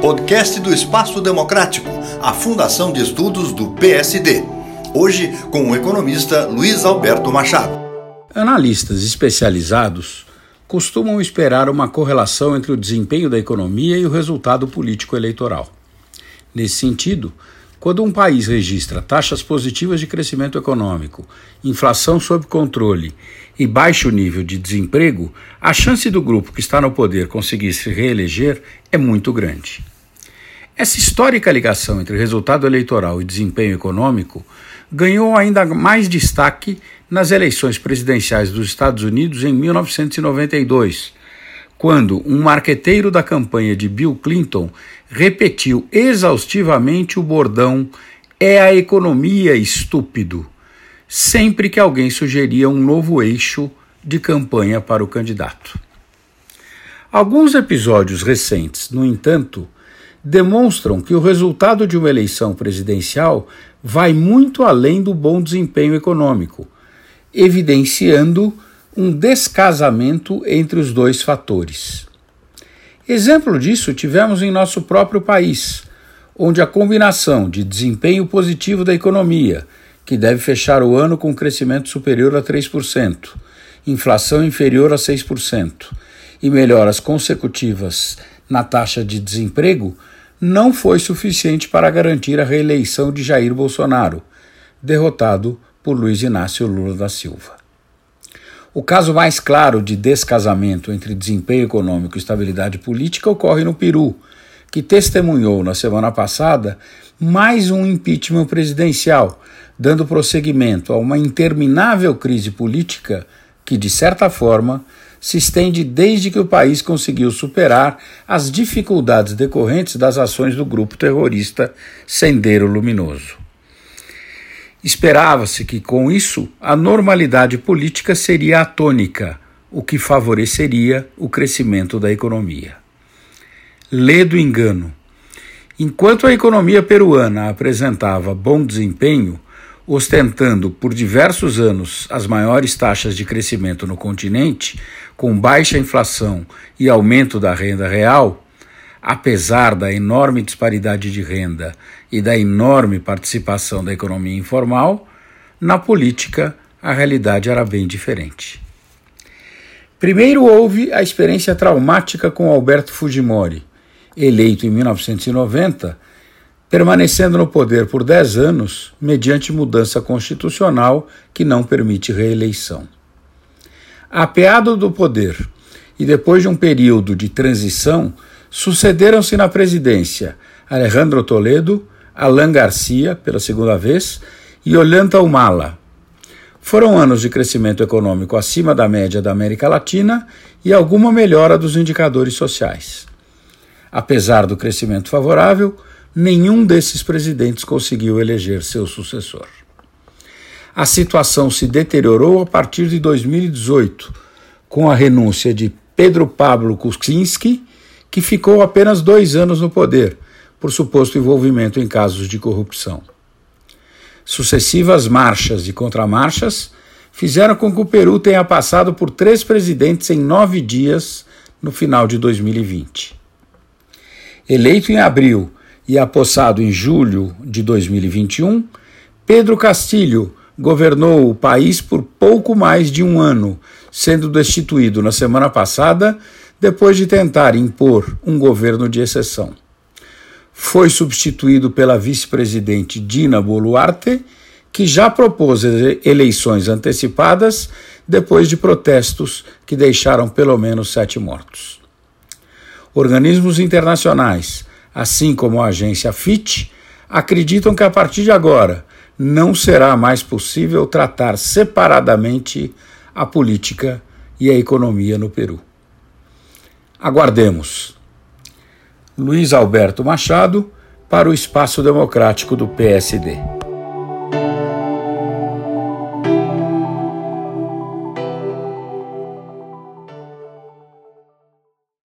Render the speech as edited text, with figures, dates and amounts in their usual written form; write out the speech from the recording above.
podcast do Espaço Democrático, a Fundação de Estudos do PSD. Hoje, com o economista Luiz Alberto Machado. Analistas especializados costumam esperar uma correlação entre o desempenho da economia e o resultado político eleitoral. Nesse sentido, quando um país registra taxas positivas de crescimento econômico, inflação sob controle e baixo nível de desemprego, a chance do grupo que está no poder conseguir se reeleger é muito grande. Essa histórica ligação entre resultado eleitoral e desempenho econômico ganhou ainda mais destaque nas eleições presidenciais dos Estados Unidos em 1992, quando um marqueteiro da campanha de Bill Clinton repetiu exaustivamente o bordão "é a economia, estúpido", sempre que alguém sugeria um novo eixo de campanha para o candidato. Alguns episódios recentes, no entanto, demonstram que o resultado de uma eleição presidencial vai muito além do bom desempenho econômico, evidenciando um descasamento entre os dois fatores. Exemplo disso tivemos em nosso próprio país, onde a combinação de desempenho positivo da economia, que deve fechar o ano com crescimento superior a 3%, inflação inferior a 6% e melhoras consecutivas na taxa de desemprego, não foi suficiente para garantir a reeleição de Jair Bolsonaro, derrotado por Luiz Inácio Lula da Silva. O caso mais claro de descasamento entre desempenho econômico e estabilidade política ocorre no Peru, que testemunhou na semana passada mais um impeachment presidencial, dando prosseguimento a uma interminável crise política que, de certa forma, se estende desde que o país conseguiu superar as dificuldades decorrentes das ações do grupo terrorista Sendero Luminoso. Esperava-se que, com isso, a normalidade política seria a tônica, o que favoreceria o crescimento da economia. Lê do engano. Enquanto a economia peruana apresentava bom desempenho, ostentando por diversos anos as maiores taxas de crescimento no continente, com baixa inflação e aumento da renda real, apesar da enorme disparidade de renda e da enorme participação da economia informal, na política a realidade era bem diferente. Primeiro houve a experiência traumática com Alberto Fujimori, eleito em 1990, permanecendo no poder por 10 anos mediante mudança constitucional que não permite reeleição. Apeado do poder e depois de um período de transição, sucederam-se na presidência Alejandro Toledo, Alan Garcia, pela segunda vez, e Ollanta Humala. Foram anos de crescimento econômico acima da média da América Latina e alguma melhora dos indicadores sociais. Apesar do crescimento favorável, nenhum desses presidentes conseguiu eleger seu sucessor. A situação se deteriorou a partir de 2018, com a renúncia de Pedro Pablo Kuczynski, que ficou apenas 2 anos no poder, por suposto envolvimento em casos de corrupção. Sucessivas marchas e contramarchas fizeram com que o Peru tenha passado por 3 presidentes em 9 dias no final de 2020. Eleito em abril e apossado em julho de 2021, Pedro Castillo governou o país por pouco mais de 1 ano, sendo destituído na semana passada depois de tentar impor um governo de exceção. Foi substituído pela vice-presidente Dina Boluarte, que já propôs eleições antecipadas depois de protestos que deixaram pelo menos 7 mortos. Organismos internacionais, assim como a agência Fitch, acreditam que a partir de agora não será mais possível tratar separadamente a política e a economia no Peru. Aguardemos. Luiz Alberto Machado, para o Espaço Democrático do PSD.